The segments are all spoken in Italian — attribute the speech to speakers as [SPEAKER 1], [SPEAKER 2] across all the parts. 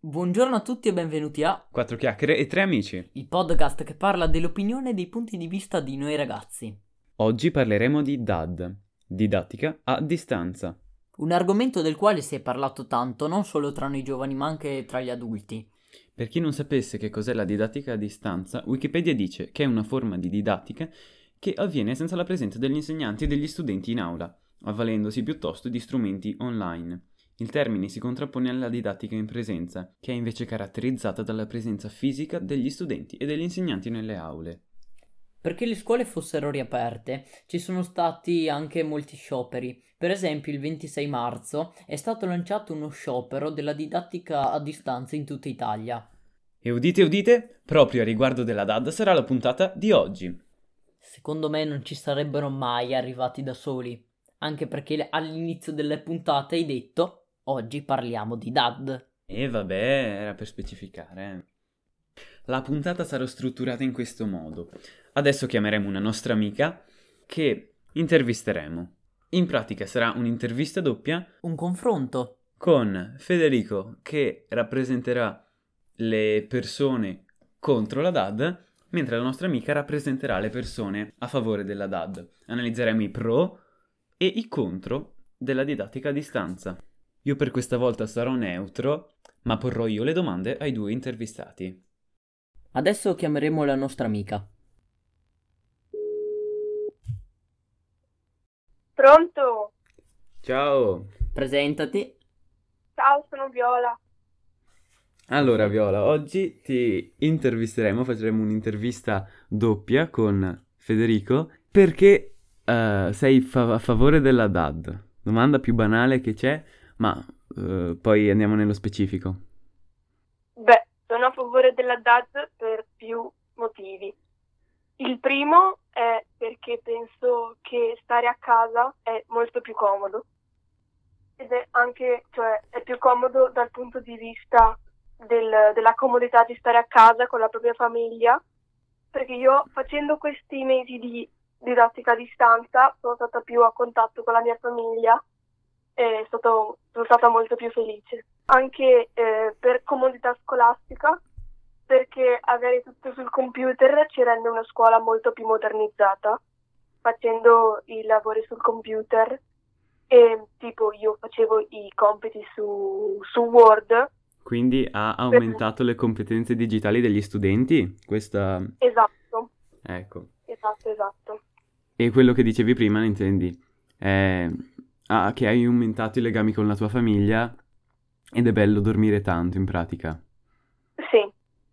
[SPEAKER 1] Buongiorno a tutti e benvenuti a
[SPEAKER 2] Quattro chiacchiere e tre amici.
[SPEAKER 1] il podcast che parla dell'opinione e dei punti di vista di noi ragazzi.
[SPEAKER 2] Oggi parleremo di DAD, didattica a distanza.
[SPEAKER 1] Un argomento del quale si è parlato tanto non solo tra noi giovani ma anche tra gli adulti.
[SPEAKER 2] Per chi non sapesse che cos'è la didattica a distanza, Wikipedia dice che è una forma di didattica che avviene senza la presenza degli insegnanti e degli studenti in aula, avvalendosi piuttosto di strumenti online. Il termine si contrappone alla didattica in presenza, che è invece caratterizzata dalla presenza fisica degli studenti e degli insegnanti nelle aule.
[SPEAKER 1] Perché le scuole fossero riaperte, ci sono stati anche molti scioperi. Per esempio, il 26 marzo è stato lanciato uno sciopero della didattica a distanza in tutta Italia.
[SPEAKER 2] E udite udite, proprio a riguardo della DAD sarà la puntata di oggi.
[SPEAKER 1] Secondo me non ci sarebbero mai arrivati da soli, anche perché all'inizio delle puntate hai detto oggi parliamo di DAD.
[SPEAKER 2] E vabbè, era per specificare. La puntata sarà strutturata in questo modo. Adesso chiameremo una nostra amica che intervisteremo. In pratica sarà un'intervista doppia
[SPEAKER 1] Un confronto.
[SPEAKER 2] con Federico che rappresenterà le persone contro la DAD, mentre la nostra amica rappresenterà le persone a favore della DAD. Analizzeremo i pro e i contro della didattica a distanza. Io per questa volta sarò neutro, ma porrò io le domande ai due intervistati.
[SPEAKER 1] Adesso chiameremo la nostra amica.
[SPEAKER 3] Pronto?
[SPEAKER 2] Ciao!
[SPEAKER 1] Presentati.
[SPEAKER 3] Ciao, sono Viola.
[SPEAKER 2] Allora Viola, oggi ti intervisteremo, faremo un'intervista doppia con Federico perché sei a favore della DAD. Domanda più banale che c'è, ma poi andiamo nello specifico.
[SPEAKER 3] Beh, sono a favore della DAD per più motivi. Il primo è perché penso che stare a casa è molto più comodo ed è anche, è più comodo dal punto di vista della comodità di stare a casa con la propria famiglia, perché io facendo questi mesi di didattica a distanza sono stata più a contatto con la mia famiglia e sono stata molto più felice. Anche per comodità scolastica, perché avere tutto sul computer ci rende una scuola molto più modernizzata, facendo i lavori sul computer e tipo io facevo i compiti su Word.
[SPEAKER 2] Quindi ha aumentato le competenze digitali degli studenti? Questa...
[SPEAKER 3] Esatto,
[SPEAKER 2] Ecco.
[SPEAKER 3] esatto.
[SPEAKER 2] E quello che dicevi prima, ne intendi? Che hai aumentato i legami con la tua famiglia ed è bello dormire tanto in pratica.
[SPEAKER 3] Sì.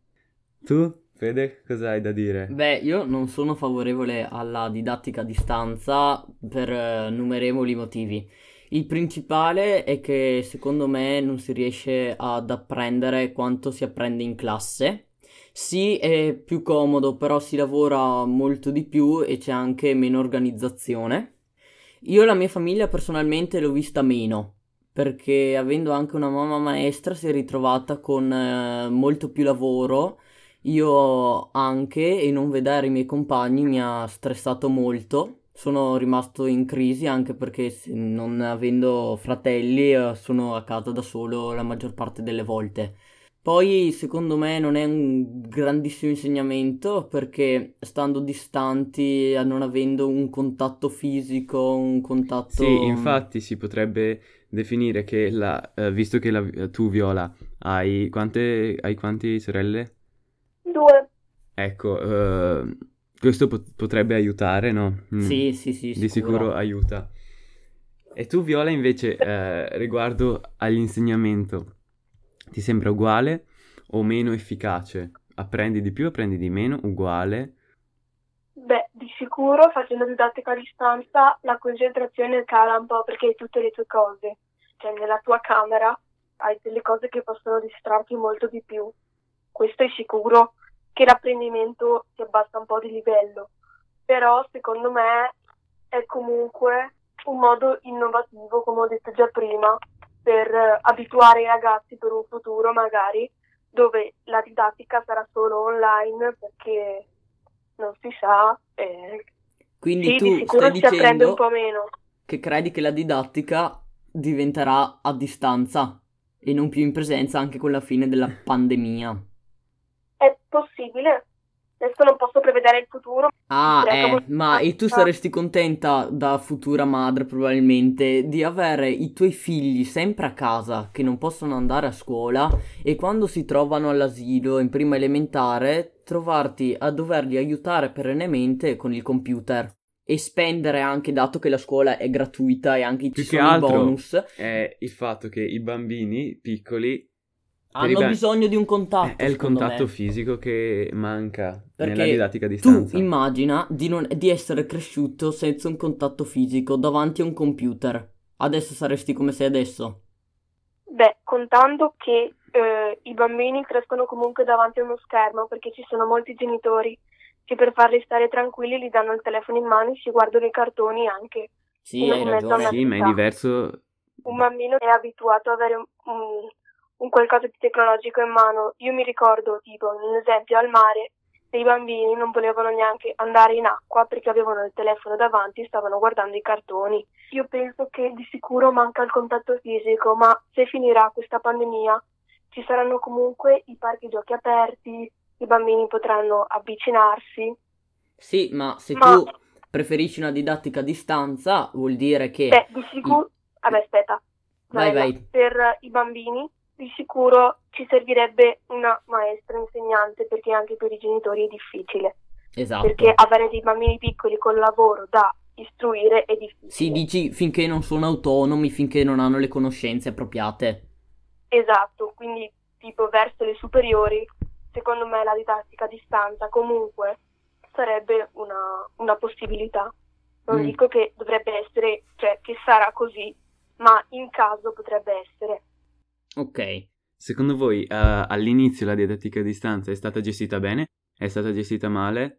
[SPEAKER 2] Tu, Fede, cosa hai da dire?
[SPEAKER 1] Beh, io non sono favorevole alla didattica a distanza per innumerevoli motivi. Il principale è che secondo me non si riesce ad apprendere quanto si apprende in classe. Sì, è più comodo, però si lavora molto di più e c'è anche meno organizzazione. Io la mia famiglia personalmente l'ho vista meno, perché avendo anche una mamma maestra si è ritrovata con molto più lavoro. Io anche, e non vedere i miei compagni mi ha stressato molto. Sono rimasto in crisi anche perché non avendo fratelli sono a casa da solo la maggior parte delle volte. Poi secondo me non è un grandissimo insegnamento perché stando distanti, non avendo un contatto fisico, un contatto...
[SPEAKER 2] Sì, infatti si potrebbe definire che visto che tu, Viola, hai quante sorelle?
[SPEAKER 3] 2.
[SPEAKER 2] Ecco, questo potrebbe aiutare, no?
[SPEAKER 1] Sì,
[SPEAKER 2] Di sicuro aiuta. E tu, Viola, invece, riguardo all'insegnamento, ti sembra uguale o meno efficace? Apprendi di più, apprendi di meno, uguale?
[SPEAKER 3] Beh, di sicuro facendo didattica a distanza la concentrazione cala un po' perché hai tutte le tue cose. Cioè nella tua camera hai delle cose che possono distrarti molto di più. Questo è sicuro che l'apprendimento si abbassa un po' di livello. Però secondo me è comunque un modo innovativo, come ho detto già prima, per abituare i ragazzi per un futuro magari dove la didattica sarà solo online perché non si sa.
[SPEAKER 1] Quindi
[SPEAKER 3] Sì,
[SPEAKER 1] tu
[SPEAKER 3] di sicuro
[SPEAKER 1] stai
[SPEAKER 3] si apprende un
[SPEAKER 1] dicendo
[SPEAKER 3] po' meno.
[SPEAKER 1] che credi che la didattica diventerà a distanza? e non più in presenza anche con la fine della pandemia.
[SPEAKER 3] È possibile. Adesso non posso prevedere il futuro.
[SPEAKER 1] Ah, ma e tu
[SPEAKER 3] Ah,
[SPEAKER 1] saresti contenta da futura madre probabilmente di avere i tuoi figli sempre a casa che non possono andare a scuola e quando si trovano all'asilo in prima elementare trovarti a doverli aiutare perennemente con il computer e spendere anche, dato che la scuola è gratuita e anche
[SPEAKER 2] Più
[SPEAKER 1] ci
[SPEAKER 2] che
[SPEAKER 1] sono i
[SPEAKER 2] altro
[SPEAKER 1] bonus,
[SPEAKER 2] è il fatto che i bambini piccoli
[SPEAKER 1] hanno bisogno di un contatto,
[SPEAKER 2] è il
[SPEAKER 1] secondo
[SPEAKER 2] contatto
[SPEAKER 1] me.
[SPEAKER 2] fisico che manca nella
[SPEAKER 1] Perché
[SPEAKER 2] didattica a
[SPEAKER 1] tu
[SPEAKER 2] distanza.
[SPEAKER 1] immagina di essere cresciuto senza un contatto fisico davanti a un computer. Adesso saresti come sei adesso.
[SPEAKER 3] Beh, contando che i bambini crescono comunque davanti a uno schermo, perché ci sono molti genitori che per farli stare tranquilli gli danno il telefono in mano e si guardano i cartoni anche
[SPEAKER 1] Sì, hai
[SPEAKER 3] in mezzo a
[SPEAKER 1] ragione.
[SPEAKER 2] Sì, ma è
[SPEAKER 3] un'attività.
[SPEAKER 2] diverso.
[SPEAKER 3] Un bambino è abituato ad avere un qualcosa di tecnologico in mano. Io mi ricordo, tipo, un esempio, al mare, dei bambini non volevano neanche andare in acqua perché avevano il telefono davanti e stavano guardando i cartoni. Io penso che di sicuro manca il contatto fisico, ma se finirà questa pandemia ci saranno comunque i parchi giochi aperti, i bambini potranno avvicinarsi.
[SPEAKER 1] Sì, ma se
[SPEAKER 3] Ma,
[SPEAKER 1] tu preferisci una didattica a distanza, vuol dire
[SPEAKER 3] beh,
[SPEAKER 1] che...
[SPEAKER 3] di
[SPEAKER 1] i-
[SPEAKER 3] sicuro... Vabbè, aspetta.
[SPEAKER 1] Vai,
[SPEAKER 3] Bella.
[SPEAKER 1] vai.
[SPEAKER 3] Per i bambini di sicuro ci servirebbe una maestra insegnante perché anche per i genitori è difficile. Perché
[SPEAKER 1] Esatto.
[SPEAKER 3] avere dei bambini piccoli col lavoro da istruire è
[SPEAKER 1] Sì,
[SPEAKER 3] difficile.
[SPEAKER 1] dici finché non sono autonomi, finché non hanno le conoscenze appropriate.
[SPEAKER 3] Esatto, quindi tipo verso le superiori, secondo me la didattica a distanza comunque sarebbe una possibilità. Non
[SPEAKER 1] Mm,
[SPEAKER 3] dico che dovrebbe essere, cioè che sarà così, ma in caso potrebbe essere.
[SPEAKER 1] ok.
[SPEAKER 2] Secondo voi all'inizio la didattica a distanza è stata gestita bene? È stata gestita male?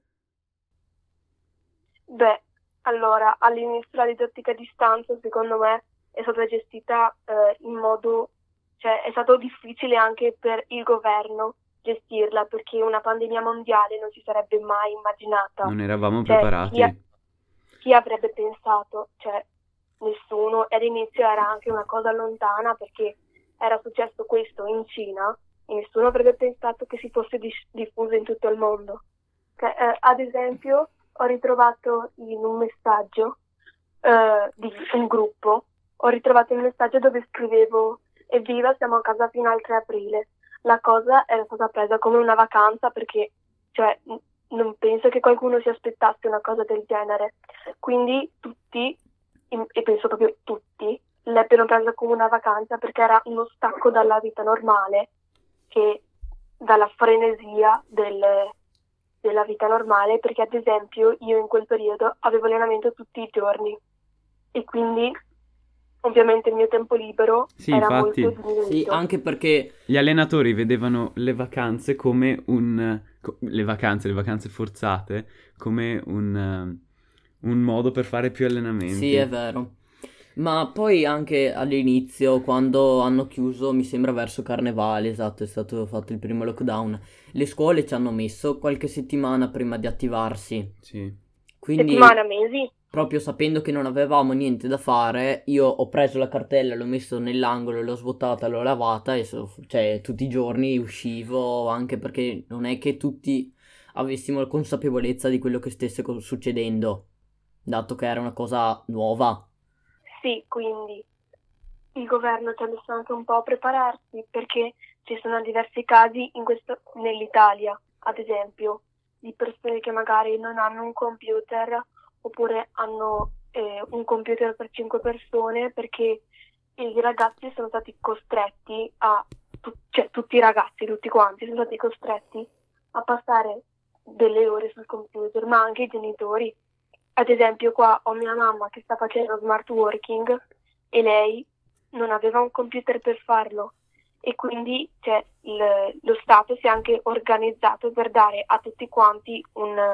[SPEAKER 3] Beh, allora, all'inizio la didattica a distanza, secondo me, è stata gestita in modo, cioè è stato difficile anche per il governo gestirla, perché una pandemia mondiale non si sarebbe mai immaginata.
[SPEAKER 2] Non eravamo
[SPEAKER 3] Cioè,
[SPEAKER 2] preparati.
[SPEAKER 3] chi avrebbe pensato? Cioè, nessuno. E all'inizio era anche una cosa lontana perché era successo questo in Cina e nessuno avrebbe pensato che si fosse diffuso in tutto il mondo. Ad esempio, ho ritrovato in un messaggio di un gruppo, ho ritrovato il messaggio dove scrivevo evviva, siamo a casa fino al 3 aprile. La cosa era stata presa come una vacanza perché, cioè, non penso che qualcuno si aspettasse una cosa del genere. Quindi tutti, e penso proprio tutti, l'ebbero presa come una vacanza perché era uno stacco dalla vita normale, che dalla frenesia della vita normale, perché ad esempio io in quel periodo avevo allenamento tutti i giorni e quindi ovviamente il mio tempo libero
[SPEAKER 2] Sì,
[SPEAKER 3] era
[SPEAKER 2] infatti.
[SPEAKER 3] molto
[SPEAKER 1] Sì,
[SPEAKER 3] diminuito.
[SPEAKER 1] anche perché
[SPEAKER 2] Gli allenatori vedevano le vacanze come le vacanze forzate come un modo per fare più allenamenti.
[SPEAKER 1] sì, è vero. Ma poi anche all'inizio, quando hanno chiuso, mi sembra verso Carnevale, esatto, è stato fatto il primo lockdown, le scuole ci hanno messo qualche settimana prima di attivarsi.
[SPEAKER 2] Sì.
[SPEAKER 1] Quindi,
[SPEAKER 3] Settimana, mesi?
[SPEAKER 1] proprio sapendo che non avevamo niente da fare, io ho preso la cartella, l'ho messo nell'angolo, l'ho svuotata, l'ho lavata e cioè, tutti i giorni uscivo, anche perché non è che tutti avessimo la consapevolezza di quello che stesse succedendo, dato che era una cosa nuova.
[SPEAKER 3] Sì, quindi il governo ci ha messo anche un po' a prepararsi perché ci sono diversi casi nell'Italia, ad esempio, di persone che magari non hanno un computer oppure hanno un computer per 5 persone perché i ragazzi sono stati costretti cioè tutti i ragazzi, tutti quanti, sono stati costretti a passare delle ore sul computer, ma anche i genitori. Ad esempio qua ho mia mamma che sta facendo smart working e lei non aveva un computer per farlo e quindi lo Stato si è anche organizzato per dare a tutti quanti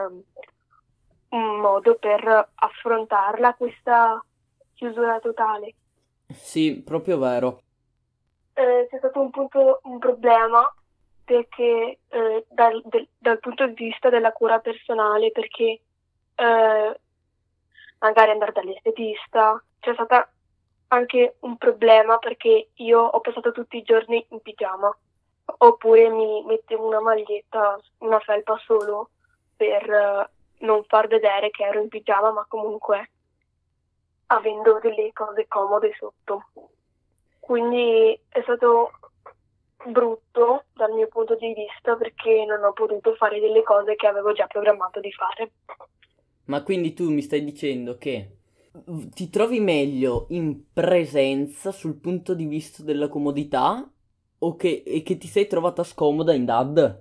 [SPEAKER 3] un modo per affrontarla questa chiusura totale.
[SPEAKER 1] Sì, proprio vero.
[SPEAKER 3] C'è stato un problema perché dal punto di vista della cura personale, perché magari andare dall'estetista, c'è stata anche un problema perché io ho passato tutti i giorni in pigiama, oppure mi mettevo una maglietta, una felpa solo per non far vedere che ero in pigiama, ma comunque avendo delle cose comode sotto. Quindi è stato brutto dal mio punto di vista perché non ho potuto fare delle cose che avevo già programmato di fare.
[SPEAKER 1] Ma quindi tu mi stai dicendo che ti trovi meglio in presenza sul punto di vista della comodità e che ti sei trovata scomoda in DAD?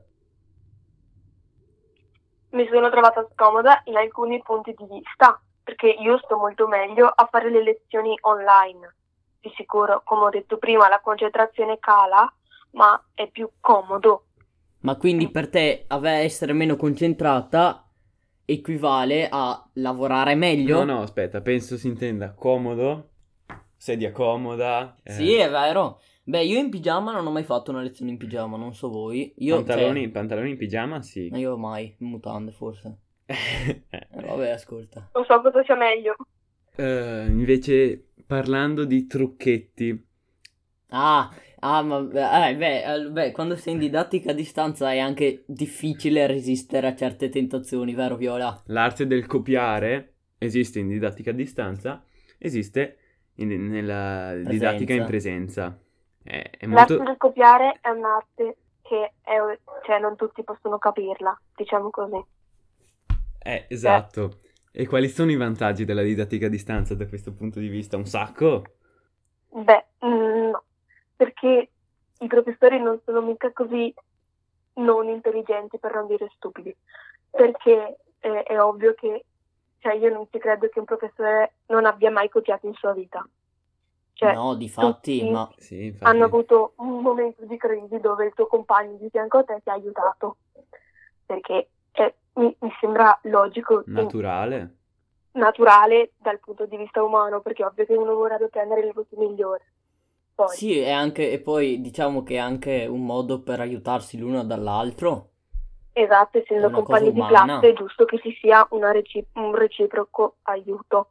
[SPEAKER 3] Mi sono trovata scomoda in alcuni punti di vista perché io sto molto meglio a fare le lezioni online. Di sicuro, come ho detto prima, la concentrazione cala, ma è più comodo.
[SPEAKER 1] Ma quindi per te essere meno concentrata equivale a lavorare meglio?
[SPEAKER 2] No, aspetta, penso si intenda comodo, sedia comoda.
[SPEAKER 1] Sì, è vero. Beh, io in pigiama non ho mai fatto una lezione in pigiama, non so voi.
[SPEAKER 2] Pantaloni in pigiama, sì.
[SPEAKER 1] Io mai, in mutande forse. Vabbè, ascolta.
[SPEAKER 3] Non so cosa sia meglio.
[SPEAKER 2] Invece, parlando di trucchetti.
[SPEAKER 1] Beh, quando sei in didattica a distanza è anche difficile resistere a certe tentazioni, vero Viola?
[SPEAKER 2] L'arte del copiare esiste in didattica a distanza, esiste nella didattica in presenza. È molto...
[SPEAKER 3] L'arte del copiare è un'arte che cioè non tutti possono capirla, diciamo così.
[SPEAKER 2] Esatto. E quali sono i vantaggi della didattica a distanza da questo punto di vista? Un sacco?
[SPEAKER 3] Beh, no, perché i professori non sono mica così non intelligenti, per non dire stupidi, perché è ovvio che, cioè io non ci credo che un professore non abbia mai copiato in sua vita. Cioè,
[SPEAKER 1] no, difatti,
[SPEAKER 3] tutti
[SPEAKER 1] ma...
[SPEAKER 2] Sì, infatti.
[SPEAKER 3] hanno avuto un momento di crisi dove il tuo compagno di fianco a te ti ha aiutato, perché mi sembra logico e naturale dal punto di vista umano, perché è ovvio che uno vorrebbe prendere il voto migliore. Poi,
[SPEAKER 1] Sì, e poi diciamo che è anche un modo per aiutarsi l'uno dall'altro.
[SPEAKER 3] esatto,
[SPEAKER 1] È
[SPEAKER 3] essendo
[SPEAKER 1] una cosa
[SPEAKER 3] compagni di
[SPEAKER 1] umana.
[SPEAKER 3] classe è giusto che ci sia un reciproco aiuto.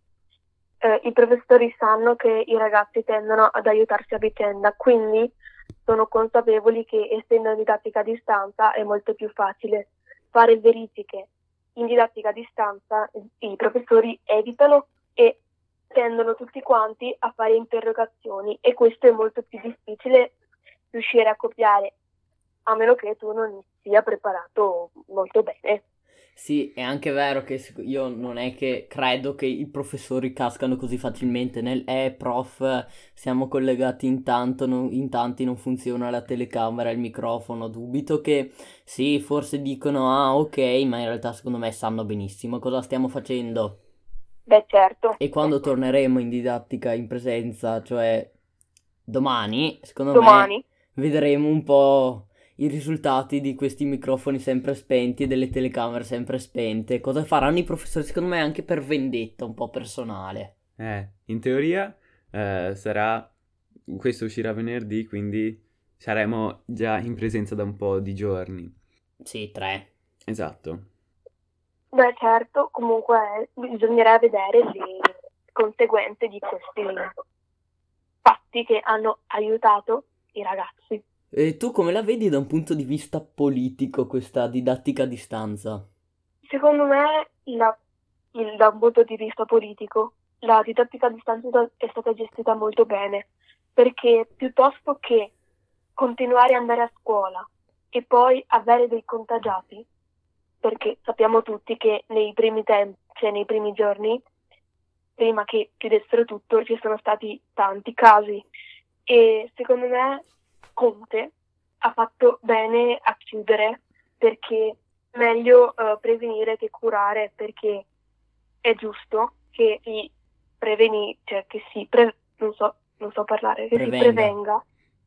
[SPEAKER 3] I professori sanno che i ragazzi tendono ad aiutarsi a vicenda, quindi sono consapevoli che essendo in didattica a distanza è molto più facile fare verifiche. In didattica a distanza i professori evitano e tendono tutti quanti a fare interrogazioni e questo è molto più difficile riuscire a copiare, a meno che tu non sia preparato molto bene.
[SPEAKER 1] Sì, è anche vero che io non è che credo che i professori cascano così facilmente nel prof, siamo collegati in tanti, non funziona la telecamera, il microfono. Dubito che sì, forse dicono ok, ma in realtà secondo me sanno benissimo cosa stiamo facendo.
[SPEAKER 3] Beh, certo.
[SPEAKER 1] E quando torneremo in didattica in presenza, cioè domani, secondo
[SPEAKER 3] Domani.
[SPEAKER 1] me vedremo un po' i risultati di questi microfoni sempre spenti e delle telecamere sempre spente. Cosa faranno i professori? Secondo me anche per vendetta un po' personale.
[SPEAKER 2] In teoria sarà... Questo uscirà venerdì, quindi saremo già in presenza da un po' di giorni.
[SPEAKER 1] Sì, 3.
[SPEAKER 2] Esatto.
[SPEAKER 3] Beh, certo, comunque bisognerà vedere le conseguenze di questi fatti che hanno aiutato i ragazzi.
[SPEAKER 1] E tu come la vedi da un punto di vista politico questa didattica a distanza?
[SPEAKER 3] Secondo me, da un punto di vista politico, la didattica a distanza è stata gestita molto bene, perché piuttosto che continuare ad andare a scuola e poi avere dei contagiati, perché sappiamo tutti che nei primi tempi, cioè nei primi giorni, prima che chiudessero tutto, ci sono stati tanti casi e secondo me Conte ha fatto bene a chiudere, perché meglio prevenire che curare, perché è giusto che si prevenga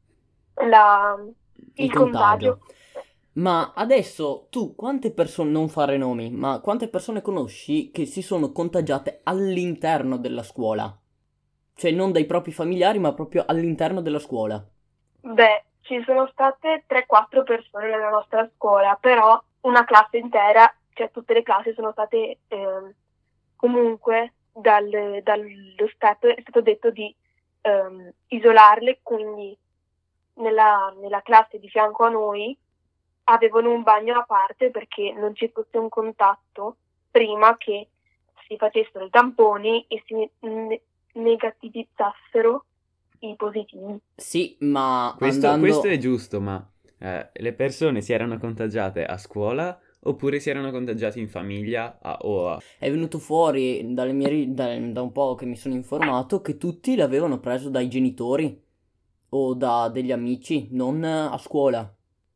[SPEAKER 3] il contagio.
[SPEAKER 1] Ma adesso tu quante persone, non fare nomi, ma quante persone conosci che si sono contagiate all'interno della scuola? Cioè non dai propri familiari, ma proprio all'interno della scuola.
[SPEAKER 3] Beh, ci sono state 3-4 persone nella nostra scuola, però una classe intera, cioè tutte le classi sono state comunque dallo Stato è stato detto di isolarle, quindi nella classe di fianco a noi avevano un bagno a parte perché non ci fosse un contatto prima che si facessero i tamponi e si negativizzassero i positivi.
[SPEAKER 1] Sì, ma
[SPEAKER 2] Questo è giusto, ma le persone si erano contagiate a scuola oppure si erano contagiate in famiglia
[SPEAKER 1] È venuto fuori da un po' che mi sono informato che tutti l'avevano preso dai genitori o da degli amici, non a scuola.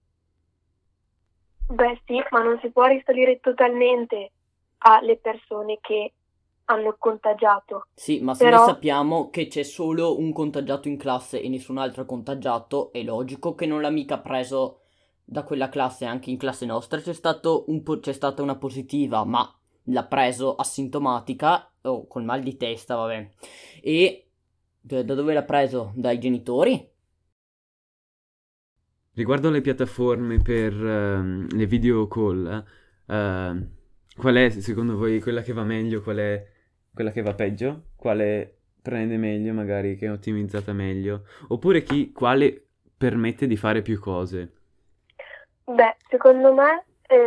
[SPEAKER 3] Beh sì, ma non si può risalire totalmente alle persone che hanno contagiato.
[SPEAKER 1] Sì, ma se
[SPEAKER 3] Però-
[SPEAKER 1] noi sappiamo che c'è solo un contagiato in classe e nessun altro contagiato, è logico che non l'ha mica preso da quella classe. Anche in classe nostra c'è stata una positiva, ma l'ha preso asintomatica o col mal di testa, vabbè. E da dove l'ha preso? Dai genitori?
[SPEAKER 2] Riguardo alle piattaforme per le video call, qual è secondo voi quella che va meglio, qual è quella che va peggio? Quale prende meglio, magari, che è ottimizzata meglio? Oppure quale permette di fare più cose?
[SPEAKER 3] Beh, secondo me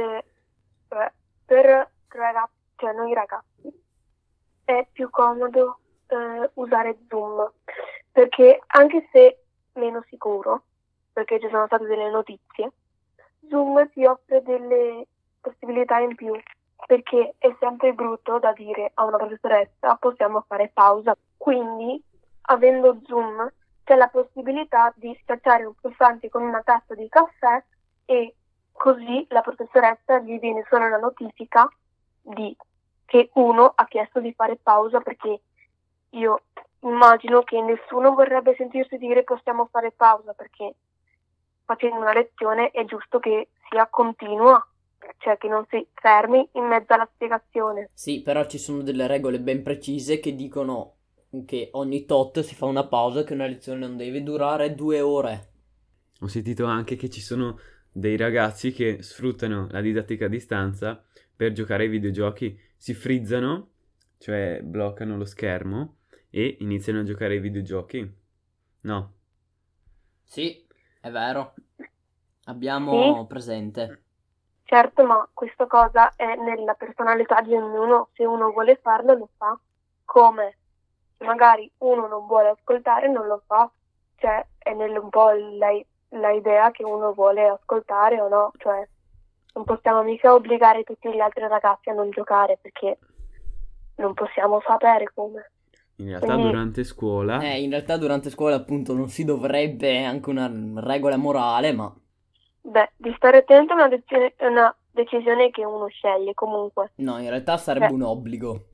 [SPEAKER 3] per ragazzi, cioè noi ragazzi, è più comodo usare Zoom, perché anche se meno sicuro, perché ci sono state delle notizie, Zoom ti offre delle possibilità in più, perché è sempre brutto da dire a una professoressa possiamo fare pausa. Quindi, avendo Zoom, c'è la possibilità di schiacciare un pulsante con una tazza di caffè e così la professoressa gli viene solo la notifica che uno ha chiesto di fare pausa, perché io immagino che nessuno vorrebbe sentirsi dire possiamo fare pausa, perché facendo una lezione è giusto che sia continua, cioè che non si fermi in mezzo alla spiegazione.
[SPEAKER 1] Sì, però ci sono delle regole ben precise che dicono che ogni tot si fa una pausa e che una lezione non deve durare 2 ore.
[SPEAKER 2] Ho sentito anche che ci sono dei ragazzi che sfruttano la didattica a distanza per giocare ai videogiochi. Si frizzano, cioè bloccano lo schermo e iniziano a giocare ai videogiochi. No.
[SPEAKER 1] Sì, è vero. Abbiamo
[SPEAKER 3] Sì,
[SPEAKER 1] presente.
[SPEAKER 3] certo, ma questa cosa è nella personalità di ognuno. Se uno vuole farlo, lo fa. Come se magari uno non vuole ascoltare, non lo fa. Cioè, è un po' la idea che uno vuole ascoltare o no. Cioè, non possiamo mica obbligare tutti gli altri ragazzi a non giocare, perché non possiamo sapere come.
[SPEAKER 2] In realtà
[SPEAKER 3] Quindi-
[SPEAKER 2] durante scuola
[SPEAKER 1] In realtà durante scuola appunto non si dovrebbe, è anche una regola morale, ma
[SPEAKER 3] Beh, di stare attento è una decisione che uno sceglie comunque.
[SPEAKER 1] no, in realtà sarebbe un obbligo.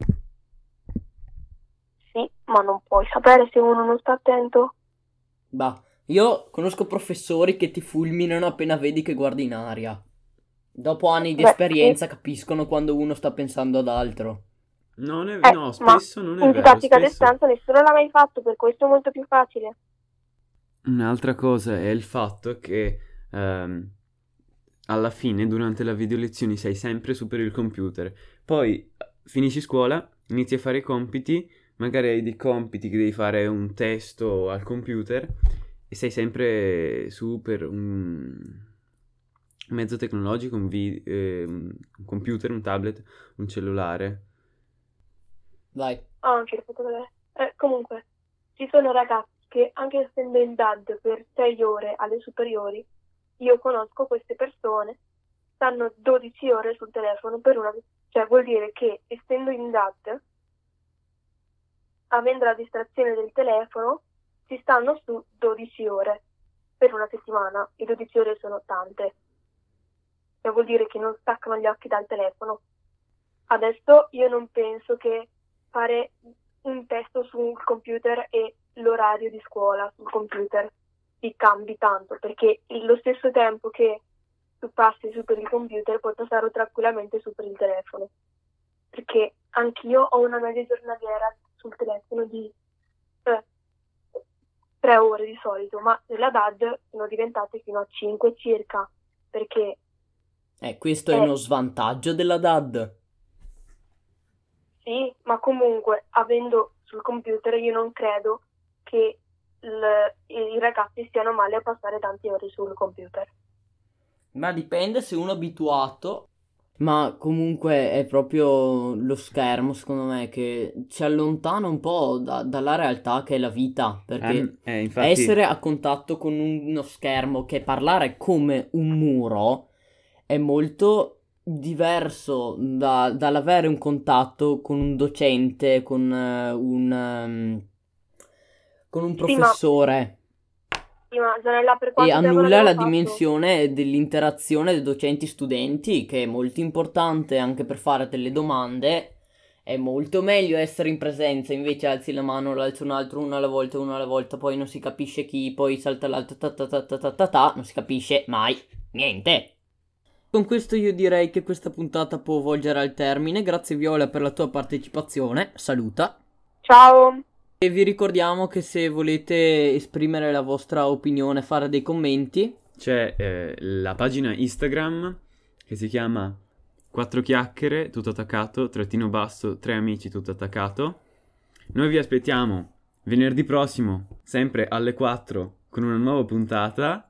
[SPEAKER 3] Sì, ma non puoi sapere se uno non sta attento.
[SPEAKER 1] Bah, io conosco professori che ti fulminano appena vedi che guardi in aria. Dopo anni di
[SPEAKER 3] Beh,
[SPEAKER 1] esperienza capiscono quando uno sta pensando ad altro.
[SPEAKER 2] non è,
[SPEAKER 3] sì.
[SPEAKER 2] no,
[SPEAKER 3] Ma
[SPEAKER 2] spesso non è
[SPEAKER 3] in
[SPEAKER 2] vero,
[SPEAKER 3] didattica a
[SPEAKER 2] spesso.
[SPEAKER 3] distanza nessuno l'ha mai fatto, per questo è molto più facile.
[SPEAKER 2] Un'altra cosa è il fatto che alla fine, durante la video lezioni, sei sempre su per il computer. Poi finisci scuola, inizi a fare i compiti, magari hai dei compiti che devi fare un testo al computer e sei sempre su per un mezzo tecnologico, un computer, un tablet, un cellulare.
[SPEAKER 1] Vai.
[SPEAKER 3] Ah, anche l'ho fatto vedere. Comunque, ci sono ragazzi che anche essendo in DAD per 6 ore alle superiori, io conosco queste persone, stanno 12 ore sul telefono per una... Cioè vuol dire che essendo in DAD, avendo la distrazione del telefono, ci stanno su 12 ore per una settimana. E 12 ore sono tante. Cioè vuol dire che non staccano gli occhi dal telefono. Adesso io non penso che fare un testo sul computer e l'orario di scuola sul computer ti cambi tanto, perché lo stesso tempo che tu passi su per il computer puoi passarlo tranquillamente su per il telefono, perché anch'io ho una media giornaliera sul telefono di 3 ore di solito, ma nella DAD sono diventate fino a 5 circa, perché
[SPEAKER 1] Questo è uno svantaggio della DAD.
[SPEAKER 3] Sì, ma comunque, avendo sul computer, io non credo che i ragazzi stiano male a passare tanti ore sul computer.
[SPEAKER 1] Ma dipende se uno è abituato. Ma comunque è proprio lo schermo, secondo me, che ci allontana un po' dalla realtà che è la vita. Perché
[SPEAKER 2] Infatti,
[SPEAKER 1] essere a contatto con uno schermo, che parlare come un muro, è molto diverso dall'avere un contatto con un docente, con un
[SPEAKER 3] Sì, ma
[SPEAKER 1] professore.
[SPEAKER 3] Zanella, per
[SPEAKER 1] E
[SPEAKER 3] quanto tempo
[SPEAKER 1] annulla
[SPEAKER 3] l'abbiamo
[SPEAKER 1] la
[SPEAKER 3] fatto?
[SPEAKER 1] dimensione dell'interazione dei docenti-studenti, che è molto importante anche per fare delle domande. È molto meglio essere in presenza, invece alzi la mano, l'alza un altro, uno alla volta, poi non si capisce chi, poi salta l'altro, ta ta ta ta ta ta ta, non si capisce mai niente. Con questo io direi che questa puntata può volgere al termine. Grazie Viola per la tua partecipazione. Saluta.
[SPEAKER 3] Ciao!
[SPEAKER 1] E vi ricordiamo che se volete esprimere la vostra opinione, fare dei commenti,
[SPEAKER 2] c'è la pagina Instagram che si chiama 4 chiacchiere, tutto attaccato, trattino basso, 3 amici, tutto attaccato. Noi vi aspettiamo venerdì prossimo, sempre alle 4, con una nuova puntata.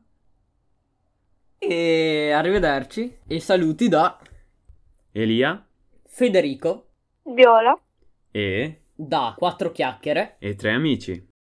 [SPEAKER 1] e arrivederci. E saluti da
[SPEAKER 2] Elia
[SPEAKER 1] Federico
[SPEAKER 3] Viola!
[SPEAKER 2] e
[SPEAKER 1] da 4 chiacchiere.
[SPEAKER 2] 3 amici.